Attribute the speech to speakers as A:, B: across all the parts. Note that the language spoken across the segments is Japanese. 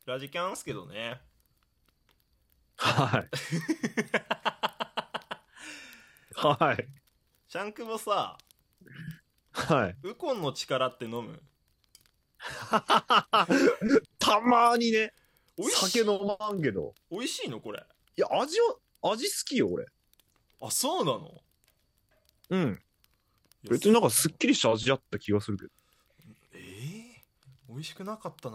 A: ラジキャンっすけどね。
B: はい。はい。
A: シャンクボさ、
B: はい。
A: ウコンの力って飲む？
B: たまーにね、
A: おいしい
B: 酒飲まんけど。
A: 美味しいのこれ？
B: いや、味好きよ、俺。
A: あ、そうなの？
B: うん。
A: いや
B: 別になんかすっきりした味あった気がするけど。
A: 美味しくなかったな。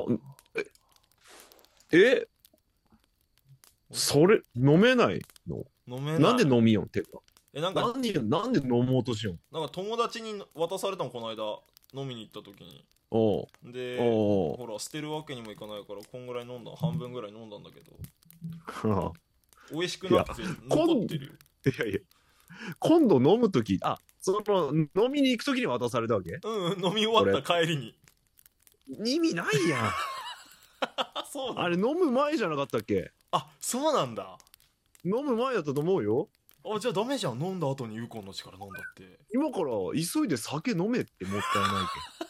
B: えそれ、飲めないの？
A: 飲めない。
B: なんで飲みよんてか。
A: なんか
B: なんで飲もうとしよん？
A: なんか友達に渡されたのこの間、飲みに行った時に。
B: おう。
A: で、
B: おう。
A: ほら捨てるわけにもいかないからこんぐらい飲んだ、半分ぐらい飲んだんだけど美味しくなくて残ってるよ。
B: いやいや。今度飲むとき、その、飲みに行くときに渡されたわけ？
A: うん、飲み終わった帰りに。
B: 意味ないやん。
A: あ、そうなの？
B: あれ飲む前じゃなかったっけ？
A: あ、そうなんだ。
B: 飲む前だったと思うよ。
A: あ、じゃあダメじゃん、飲んだ後にウコンの力飲んだって。
B: 今から急いで酒飲めってもったいない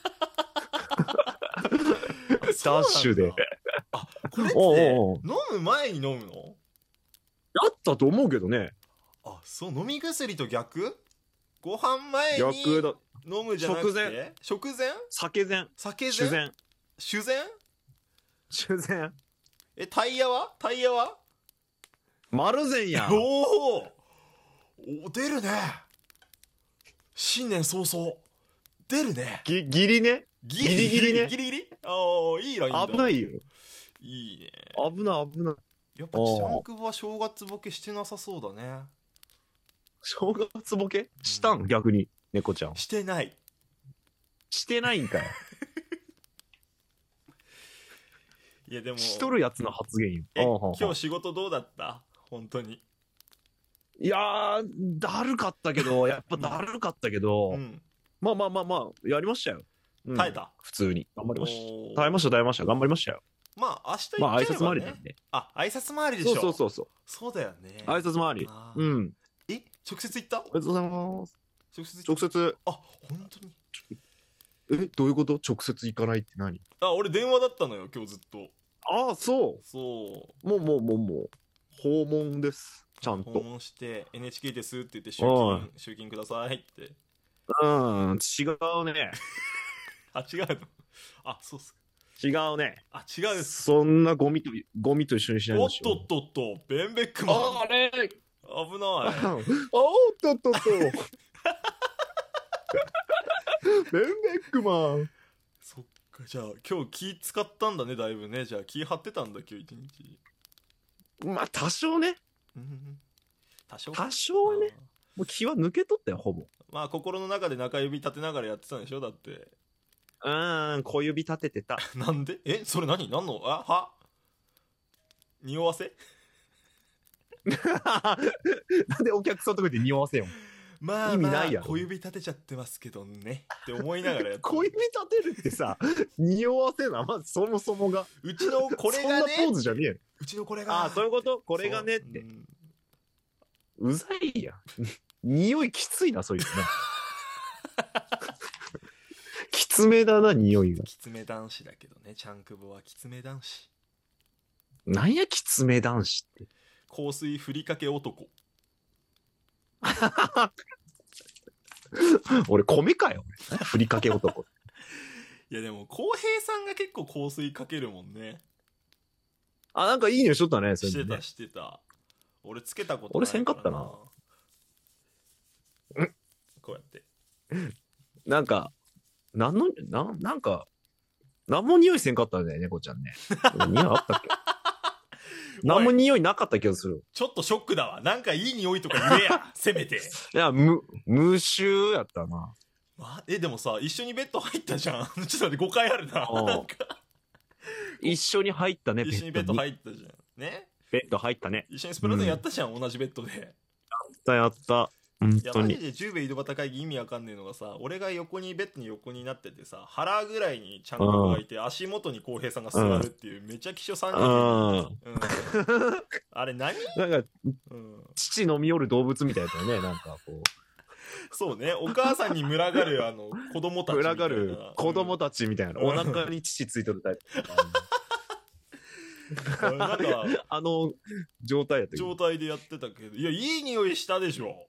B: けど。ダッシュで。
A: あ、これって
B: おうおう
A: 飲む前に飲むの？
B: やったと思うけどね。
A: あ、そう、飲み薬と逆？ご飯前に
B: 逆だ。
A: 飲むじゃなくて食前？
B: 酒前。
A: 酒前？
B: 酒前。
A: 酒前？
B: 酒前。
A: タイヤは
B: 丸前やん。
A: お出るね。新年早々出るね。
B: ギリね。
A: ギ
B: リギリね。
A: ギリギリ。ああ、いいラインだ。
B: 危ないよ。
A: いいね。
B: 危ない。
A: やっぱシャンクボは正月ボケしてなさそうだね。
B: 正月ボケしたん？逆に猫ちゃん
A: してない。
B: してないんかい。
A: いやでも
B: しとるやつの発言よ。
A: 今日仕事どうだった？本当に。
B: いやー、だるかったけど、やっぱだるかったけど、
A: うん、
B: まあ、やりましたよ。うん、
A: 耐えた？普
B: 通に。頑張りました。耐えました。頑張りましたよ。
A: まあ、明日
B: まあ、挨
A: 行っちゃえばね。
B: 拶回りなんで。
A: 挨拶回りでしょ。
B: そう。
A: そうだよね。
B: 挨拶回り。うん。
A: 直接行った？
B: ありがとうございます。
A: 直接。
B: あ、
A: 本当に？
B: どういうこと？直接行かないって何？
A: 俺電話だったのよ、今日ずっと。
B: そう。もう。訪問です。ちゃんと。
A: 訪問して、NHK ですって言って集金くださいって。
B: 違うね。
A: 違うの？そうっすか。
B: 違うね。
A: 違うっす。
B: そんなゴミと一緒にしないでしょ。
A: おっと、ベンベックマン。
B: あれ
A: 危ない。
B: おっと。ベンベックマン。
A: そっか、じゃあ今日気使ったんだね、だいぶね。じゃあ気張ってたんだ、今日一日。
B: まあ、多少ね。
A: 多少
B: ね。もう気は抜けとったよ、ほぼ。
A: まあ、心の中で中指立てながらやってたんでしょ、だって。
B: 小指立ててた。
A: なんで？それ何の匂わせ？
B: なんでお客さんとかで匂わせよん？
A: まあ、
B: 意味ないやろ。
A: 小指立てちゃってますけどねって思いながらやって
B: 小指立てるってさ、匂わせな、まずそもそもが。
A: うちのこれがね。
B: そんなポーズじゃねえよ。
A: うちのこれが。
B: そういうこと？これがねって。うざいやん。匂いきついな、そういうのね。きつめだな、匂いが。
A: きつめ男子だけどね、チャンクボはきつめ男子。
B: なんやきつめ男子って。
A: 香水ふりかけ男。
B: 俺米かよ。ふりかけ男。
A: いやでも浩平さんが結構香水かけるもんね。
B: なんかいい匂いしとったね。
A: してた。俺つけたことないからな。
B: 俺せんかったな。
A: こうやって。
B: なんか何も匂いせんかったね、猫ちゃんね。匂いあったっけ？何も匂いなかった気がする。
A: ちょっとショックだわ。なんかいい匂いとか言えや。せめて。
B: いや、無臭やったな。
A: でもさ、一緒にベッド入ったじゃん。ちょっと待って、誤解あるな。なんか
B: 一緒に入ったね、
A: 一緒にベッド入ったじゃん。ね。
B: ベッド入ったね。
A: 一緒にスプラトゥーンやったじゃん、同じベッドで。
B: やった。本当に。
A: いや、マジで10米井戸端会議意味わかんねえのがさ、俺がベッドに横になっててさ、腹ぐらいにちゃんとがいて、足元に浩平さんが座るっていう、めちゃ希少3人。あれ何？
B: なんか、父飲み寄る動物みたいだよね、なんかこう。
A: そうね、お母さんに群がる子供たちみたいな。
B: 群がる子供たちみたいな。お腹に父ついてるタイプ。
A: なんか
B: 状態やったけど。
A: 状態でやってたけど、いやいい匂いしたでしょ。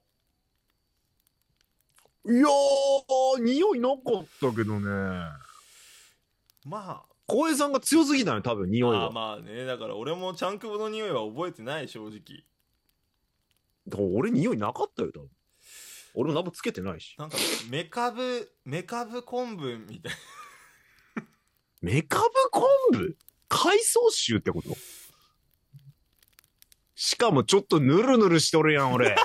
B: いやー、匂いなかったけどね。
A: ま
B: 浩平さんが強すぎたね、多分匂いは。
A: まあね、だから俺もチャンクボの匂いは覚えてない、正直。
B: だから俺匂いなかったよ、多分。俺も何もつけてないし。
A: なんかメカブ昆布みたい
B: メカブ昆布海藻臭ってこと？しかもちょっとヌルヌルしとるやん、俺。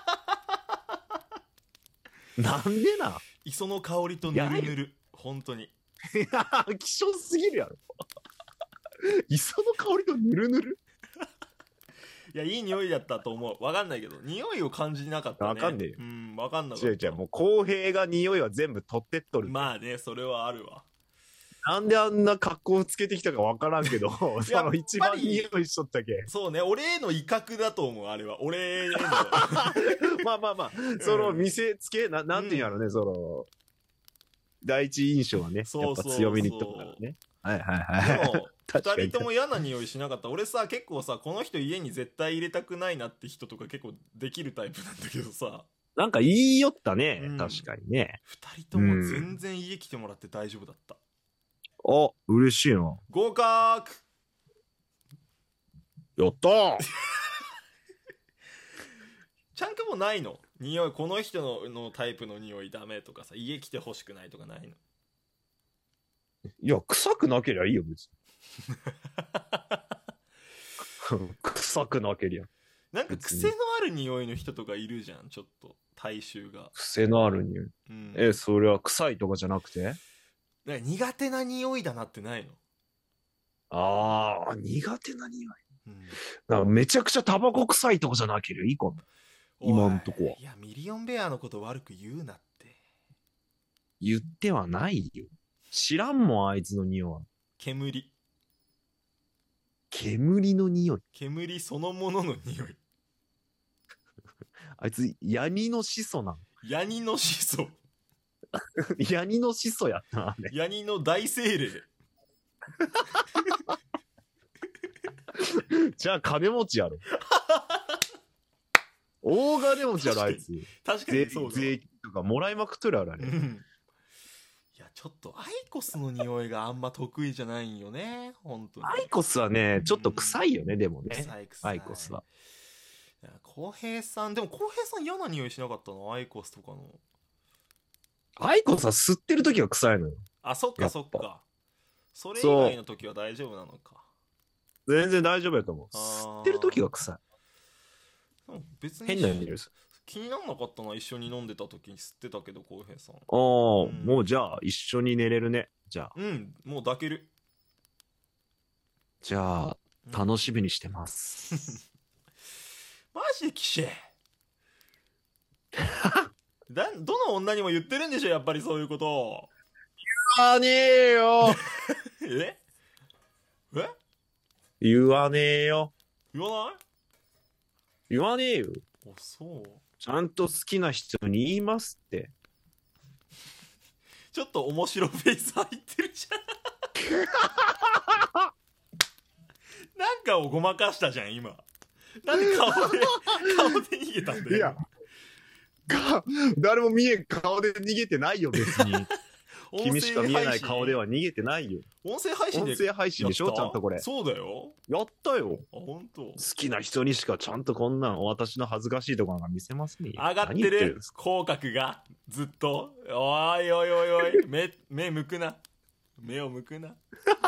B: なんでな。
A: 磯の香りとぬるぬる、本当に。
B: いや、希少すぎるやろ。磯の香りとヌルヌル。
A: いや、いい匂いだったと思う。わかんないけど、匂いを感じなかったね。
B: わかんねえよ。
A: うん、わかんなかった。
B: 違う違う、もう公平が匂いは全部取ってっとる。
A: まあね、それはあるわ。
B: なんであんな格好つけてきたかわからんけど、その一番匂いしとったけ。
A: そうね、俺への威嚇だと思う、あれは。俺への。
B: まあまあまあ、その見せつけ、なんていうんやろね、その、第一印象はね、やっぱ強めにいっとくからね。はいはいはい。
A: でも、二人とも嫌な匂いしなかった。俺さ、結構さ、この人家に絶対入れたくないなって人とか結構できるタイプなんだけどさ。
B: なんか言いよったね、
A: うん
B: 確かにね。
A: 二人とも全然家来てもらって大丈夫だった。
B: あ、嬉しいな。
A: 合格。
B: やったー。
A: ちゃんくもないの？匂い、この人のタイプの匂いダメとかさ、家来てほしくないとかないの？
B: いや、臭くなけりゃいいよ、別に。臭くなけりゃ。
A: なんか癖のある匂いの人とかいるじゃん、ちょっと体臭が。
B: 癖のある匂い。
A: うん、
B: それは臭いとかじゃなくて？
A: なんか苦手な匂いだなってないの？
B: ああ、苦手な匂い。
A: うん、
B: なんかめちゃくちゃタバコ臭いとかじゃなければいいかも。今んとこは。
A: いや、ミリオンベアのこと悪く言うなって。
B: 言ってはないよ。知らんもん、あいつの匂いは。
A: 煙
B: の匂い。
A: 煙そのものの匂い。
B: あいつ、ヤニの始祖なん。
A: ヤニの始祖。
B: ヤニの始祖やったな、あれ。
A: ヤニの大精霊。
B: じゃあ金持ちやろ。大金持ちやろ、あいつ。
A: 確かにそうだ。
B: 税金とかもらいまくっとるやろ、あれ。
A: いや、ちょっとアイコスの匂いがあんま得意じゃないんよね、本当に。
B: アイコスはね、ちょっと臭いよね、でもね。
A: 臭い。
B: アイコスは。
A: いや、浩平さん、でも浩平さん嫌な匂いしなかったの？アイコスとかの。
B: アイコスは吸ってる時は臭いのよ。
A: あ、そっかそっか。それ以外の時は大丈夫なのか。
B: 全然大丈夫やと思う。吸ってる時が臭い。
A: 別に
B: 変な匂いです。
A: 気にならなかったな、一緒に飲んでた時に吸ってたけど、浩平さん。
B: もうじゃあ一緒に寝れるね。じゃあ。
A: もう抱ける。
B: じゃあ、楽しみにしてます。
A: マジでキシェ。どの女にも言ってるんでしょ、やっぱりそういうこと。
B: 言わねえよ。
A: え
B: 言わねえよ。
A: 言わない？
B: 言わねえよ。
A: あ、そう。
B: ちゃんと好きな人に言いますって。
A: ちょっと面白フェイス入ってるじゃん。なんかをごまかしたじゃん、今。なんで顔で逃げたんだよ。いや、
B: 誰も顔で逃げてないよ、別に。君しか見えない顔では逃げてないよ。
A: 音声配信
B: でしょ、ちゃんとこれ。
A: そうだよ。
B: やったよ。
A: あ、本当。
B: 好きな人にしかちゃんとこんなん私の恥ずかしいところが見せますね。
A: 上がってる口角がずっと。おいおいおいおい、目向くな。目を向くな。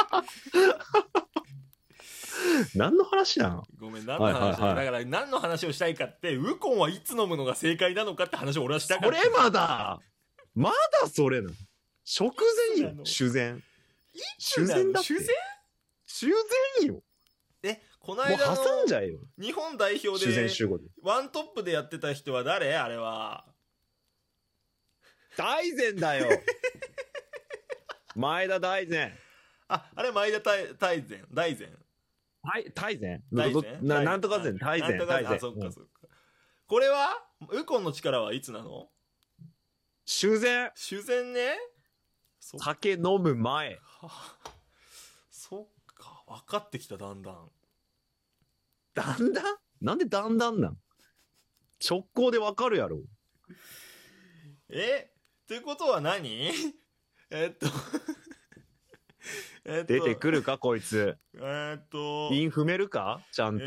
B: 何の話なの？
A: ごめん、何の話だ、だから何の話をしたいかって、ウコンはいつ飲むのが正解なのかって話を俺はしたかった。
B: それまだそれなの。食前よ、主前。主前だって。主前よ。
A: この間の
B: もう挟んじゃえよ。
A: 日本代表でワントップでやってた人は誰？あれは
B: 大然だよ。前田大然。
A: あれ前田大然。
B: はい、大然。
A: なん
B: とか前、大然。
A: あ、そっかそっか。これはウコンの力はいつなの？
B: 主前
A: ね。
B: 酒飲む前。
A: そっか。 分かってきた、だんだん。
B: だんだんなんでだんだんなん？直行でわかるやろ。
A: ってことは何？えっと
B: 出てくるか、こいつ。韻踏めるかちゃんと。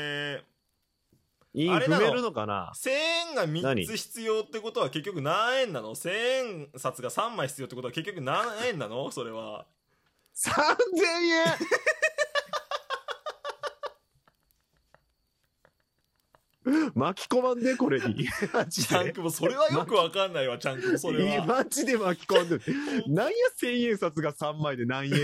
B: 韻踏めるのかな？
A: 1000円が3つ必要ってことは結局何円なの？ 1000 円札が3枚必要ってことは結局何円なの？それは。
B: 3000円巻き込まんで、これに。マジで。
A: チャンクもそれはよくわかんないわ、チャンクもそれは。
B: マジで巻き込んでる。なんや1000円札が3枚で何円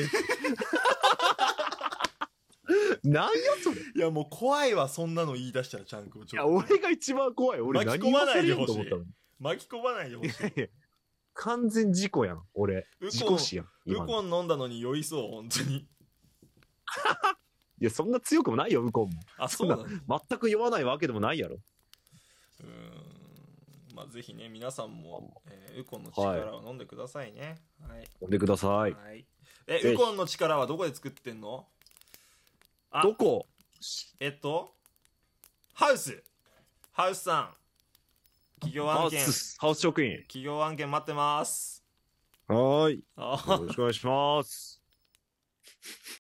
B: なんやそれ。
A: いやもう怖いわ、そんなの言い出したらチャンクもちょっと。
B: いや、俺が一番怖い。俺
A: 巻き込まないでほしい。
B: 何言わせれんと思ったの。
A: 巻き込まないでほしい。
B: 完全事故やん、俺。事故死やん。
A: ウコン飲んだのに酔いそう、本当に。
B: いや、そんな強くもないよ、ウコンも。
A: あ、そうなの？
B: 全く酔わないわけでもないやろ。
A: まあ、ぜひね、皆さんも、ウコンの力を飲んでくださいね。はい。
B: 飲んでください。
A: はい。ウコンの力はどこで作ってんの？
B: どこ？
A: ハウスさん。企業案件。
B: ハウス職員。
A: 企業案件待ってます。
B: はーい。よろしくお願いします。